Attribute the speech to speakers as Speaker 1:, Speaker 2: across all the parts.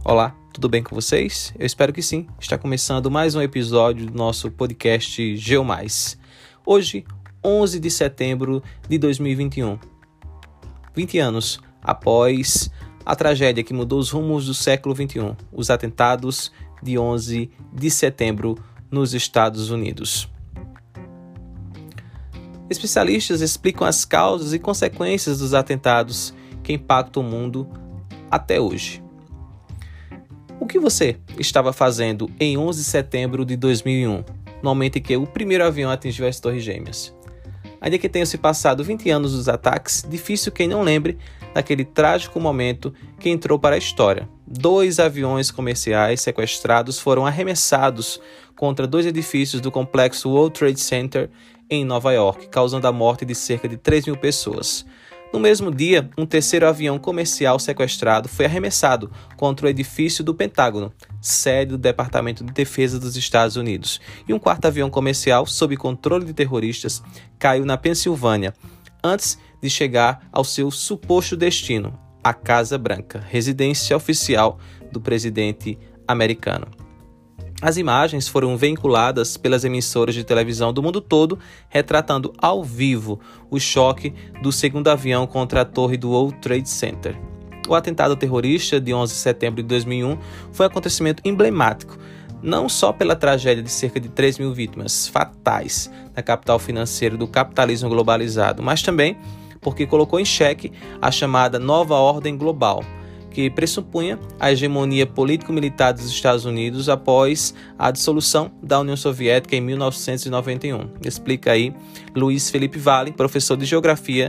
Speaker 1: Olá, tudo bem com vocês? Eu espero que sim. Está começando mais um episódio do nosso podcast Geo+. Hoje, 11 de setembro de 2021. 20 anos após a tragédia que mudou os rumos do século XXI, os atentados de 11 de setembro nos Estados Unidos. Especialistas explicam as causas e consequências dos atentados que impactam o mundo até hoje. O que você estava fazendo em 11 de setembro de 2001, no momento em que o primeiro avião atingiu as Torres Gêmeas? Ainda que tenham se passado 20 anos dos ataques, difícil quem não lembre daquele trágico momento que entrou para a história. 2 aviões comerciais sequestrados foram arremessados contra 2 edifícios do complexo World Trade Center em Nova York, causando a morte de cerca de 3.000 pessoas. No mesmo dia, um terceiro avião comercial sequestrado foi arremessado contra o edifício do Pentágono, sede do Departamento de Defesa dos Estados Unidos. E um quarto avião comercial, sob controle de terroristas, caiu na Pensilvânia, antes de chegar ao seu suposto destino, a Casa Branca, residência oficial do presidente americano. As imagens foram veiculadas pelas emissoras de televisão do mundo todo, retratando ao vivo o choque do segundo avião contra a torre do World Trade Center. O atentado terrorista de 11 de setembro de 2001 foi um acontecimento emblemático, não só pela tragédia de cerca de 3.000 vítimas fatais na capital financeira do capitalismo globalizado, mas também porque colocou em xeque a chamada nova ordem global, que pressupunha a hegemonia político-militar dos Estados Unidos após a dissolução da União Soviética em 1991. Explica aí Luiz Felipe Vale, professor de Geografia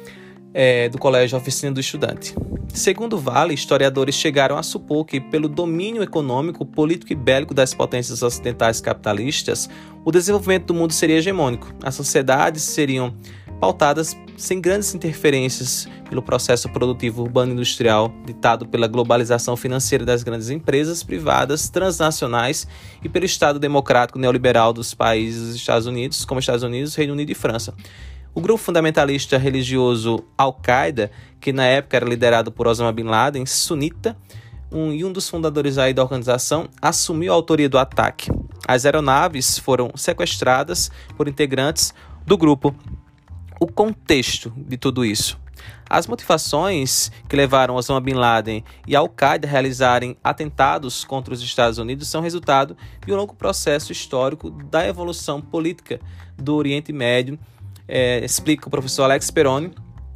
Speaker 1: do Colégio Oficina do Estudante. Segundo Vale, historiadores chegaram a supor que, pelo domínio econômico, político e bélico das potências ocidentais capitalistas, o desenvolvimento do mundo seria hegemônico. As sociedades seriam pautadas sem grandes interferências pelo processo produtivo urbano industrial ditado pela globalização financeira das grandes empresas privadas transnacionais e pelo Estado democrático neoliberal dos países dos Estados Unidos, como Estados Unidos, Reino Unido e França. O grupo fundamentalista religioso Al-Qaeda, que na época era liderado por Osama Bin Laden, sunita, um dos fundadores aí da organização, assumiu a autoria do ataque. As aeronaves foram sequestradas por integrantes do grupo. O contexto de tudo isso. As motivações que levaram Osama Bin Laden e Al-Qaeda a realizarem atentados contra os Estados Unidos são resultado de um longo processo histórico da evolução política do Oriente Médio, explica o professor Alex Peroni.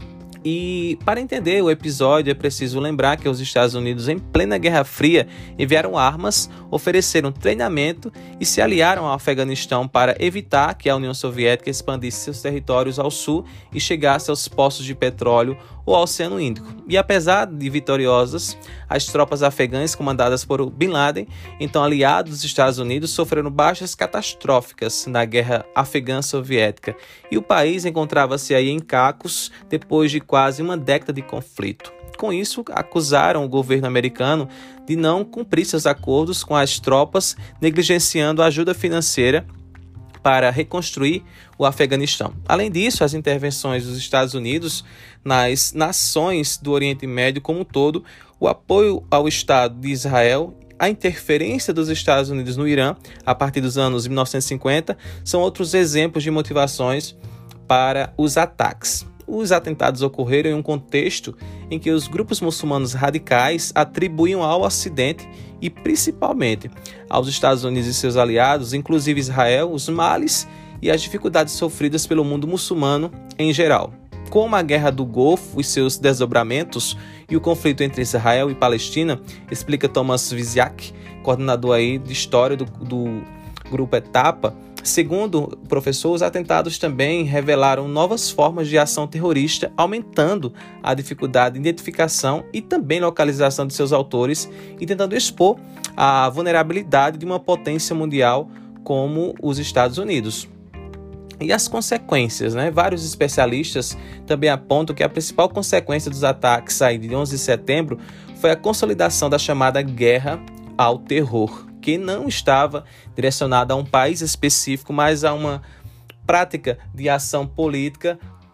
Speaker 1: E para entender o episódio é preciso lembrar que os Estados Unidos, em plena Guerra Fria, enviaram armas, ofereceram treinamento e se aliaram ao Afeganistão para evitar que a União Soviética expandisse seus territórios ao sul e chegasse aos poços de petróleo ou ao Oceano Índico. E apesar de vitoriosas, as tropas afegãs comandadas por Bin Laden, então aliados dos Estados Unidos, sofreram baixas catastróficas na Guerra Afegã-Soviética. E o país encontrava-se aí em cacos depois de quase uma década de conflito. Com isso, acusaram o governo americano de não cumprir seus acordos com as tropas, negligenciando a ajuda financeira para reconstruir o Afeganistão. Além disso, as intervenções dos Estados Unidos nas nações do Oriente Médio como um todo, o apoio ao Estado de Israel, a interferência dos Estados Unidos no Irã a partir dos anos 1950 são outros exemplos de motivações para os ataques. Os atentados ocorreram em um contexto em que os grupos muçulmanos radicais atribuíam ao Ocidente e principalmente aos Estados Unidos e seus aliados, inclusive Israel, os males e as dificuldades sofridas pelo mundo muçulmano em geral. Como a Guerra do Golfo e seus desdobramentos e o conflito entre Israel e Palestina, explica Thomas Wisiak, coordenador aí de História do Grupo Etapa. Segundo o professor, os atentados também revelaram novas formas de ação terrorista, aumentando a dificuldade de identificação e também localização de seus autores e tentando expor a vulnerabilidade de uma potência mundial como os Estados Unidos. E as consequências, né? Vários especialistas também apontam que a principal consequência dos ataques aí de 11 de setembro foi a consolidação da chamada guerra ao terror, que não estava direcionada a um país específico, mas a uma prática de ação política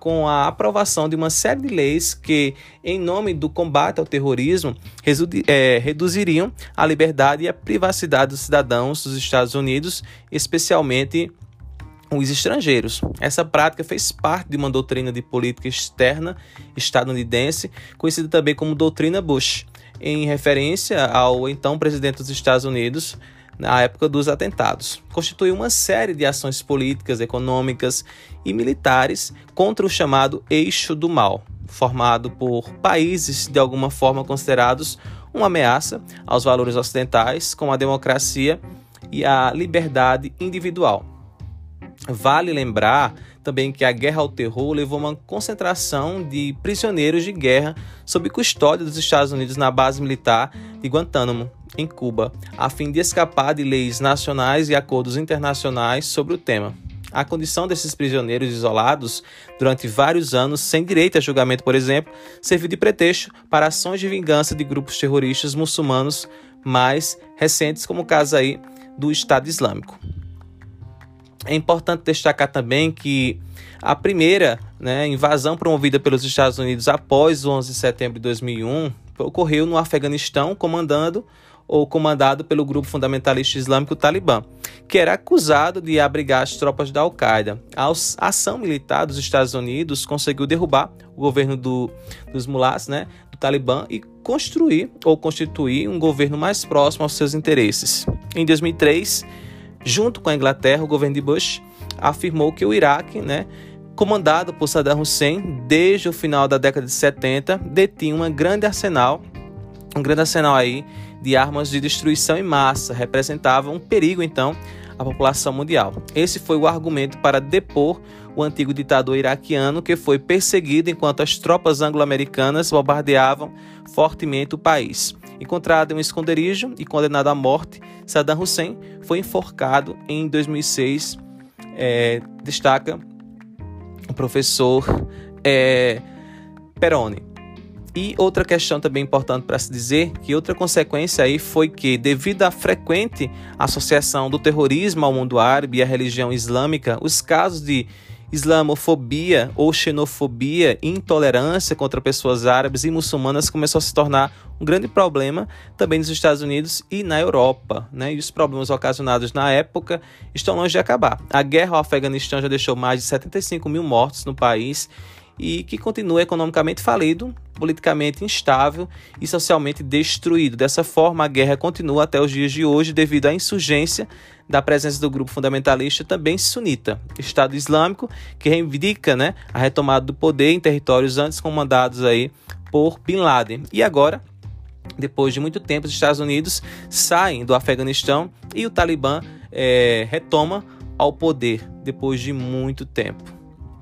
Speaker 1: com a aprovação de uma série de leis que, em nome do combate ao terrorismo, reduziriam a liberdade e a privacidade dos cidadãos dos Estados Unidos, especialmente os estrangeiros. Essa prática fez parte de uma doutrina de política externa estadunidense, conhecida também como doutrina Bush, em referência ao então presidente dos Estados Unidos, na época dos atentados. Constituiu uma série de ações políticas, econômicas e militares contra o chamado eixo do mal, formado por países de alguma forma considerados uma ameaça aos valores ocidentais, como a democracia e a liberdade individual. Vale lembrar também que a guerra ao terror levou a uma concentração de prisioneiros de guerra sob custódia dos Estados Unidos na base militar de Guantánamo, em Cuba, a fim de escapar de leis nacionais e acordos internacionais sobre o tema. A condição desses prisioneiros isolados durante vários anos, sem direito a julgamento, por exemplo, serviu de pretexto para ações de vingança de grupos terroristas muçulmanos mais recentes, como o caso aí do Estado Islâmico. É importante destacar também que a primeira invasão promovida pelos Estados Unidos após o 11 de setembro de 2001 ocorreu no Afeganistão, comandado pelo grupo fundamentalista islâmico Talibã, que era acusado de abrigar as tropas da Al-Qaeda. A ação militar dos Estados Unidos conseguiu derrubar o governo dos mulás, do Talibã, e constituir um governo mais próximo aos seus interesses. Em 2003, junto com a Inglaterra, o governo de Bush afirmou que o Iraque, comandado por Saddam Hussein desde o final da década de 70, detinha um grande arsenal aí de armas de destruição em massa, representava um perigo, então, à população mundial. Esse foi o argumento para depor o antigo ditador iraquiano, que foi perseguido enquanto as tropas anglo-americanas bombardeavam fortemente o país. Encontrado em um esconderijo e condenado à morte, Saddam Hussein foi enforcado em 2006, destaca o professor Peroni. E outra questão também importante para se dizer, que outra consequência aí foi que, devido à frequente associação do terrorismo ao mundo árabe e à religião islâmica, os casos de islamofobia ou xenofobia e intolerância contra pessoas árabes e muçulmanas começou a se tornar um grande problema também nos Estados Unidos e na Europa, E os problemas ocasionados na época estão longe de acabar. A guerra ao Afeganistão já deixou mais de 75 mil mortos no país e que continua economicamente falido, politicamente instável e socialmente destruído. Dessa forma, a guerra continua até os dias de hoje devido à insurgência da presença do grupo fundamentalista também sunita, Estado Islâmico, que reivindica a retomada do poder em territórios antes comandados aí por Bin Laden. E agora, depois de muito tempo, os Estados Unidos saem do Afeganistão e o Talibã retoma ao poder depois de muito tempo.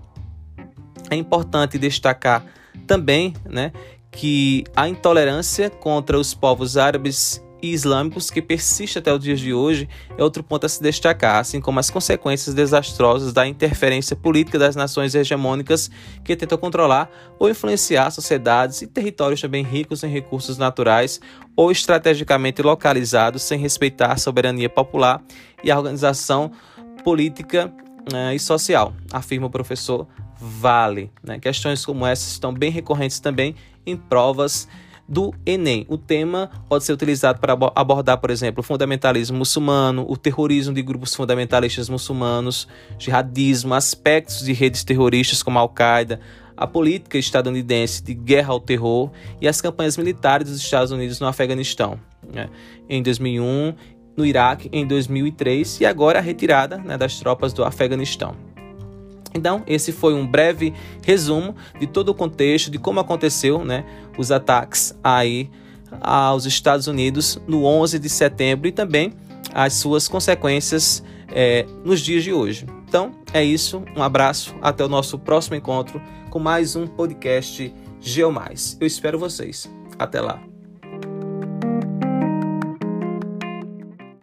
Speaker 1: É importante destacar também que a intolerância contra os povos árabes e islâmicos, que persiste até os dias de hoje, é outro ponto a se destacar, assim como as consequências desastrosas da interferência política das nações hegemônicas que tentam controlar ou influenciar sociedades e territórios também ricos em recursos naturais ou estrategicamente localizados sem respeitar a soberania popular e a organização política e social, afirma o professor Vale. Questões como essas estão bem recorrentes também em provas do Enem. O tema pode ser utilizado para abordar, por exemplo, o fundamentalismo muçulmano, o terrorismo de grupos fundamentalistas muçulmanos, jihadismo, aspectos de redes terroristas como a Al-Qaeda, a política estadunidense de guerra ao terror e as campanhas militares dos Estados Unidos no Afeganistão, em 2001, no Iraque em 2003 e agora a retirada das tropas do Afeganistão. Então, esse foi um breve resumo de todo o contexto, de como aconteceu os ataques aí aos Estados Unidos no 11 de setembro e também as suas consequências nos dias de hoje. Então, é isso. Um abraço. Até o nosso próximo encontro com mais um podcast GeoMais. Eu espero vocês. Até lá.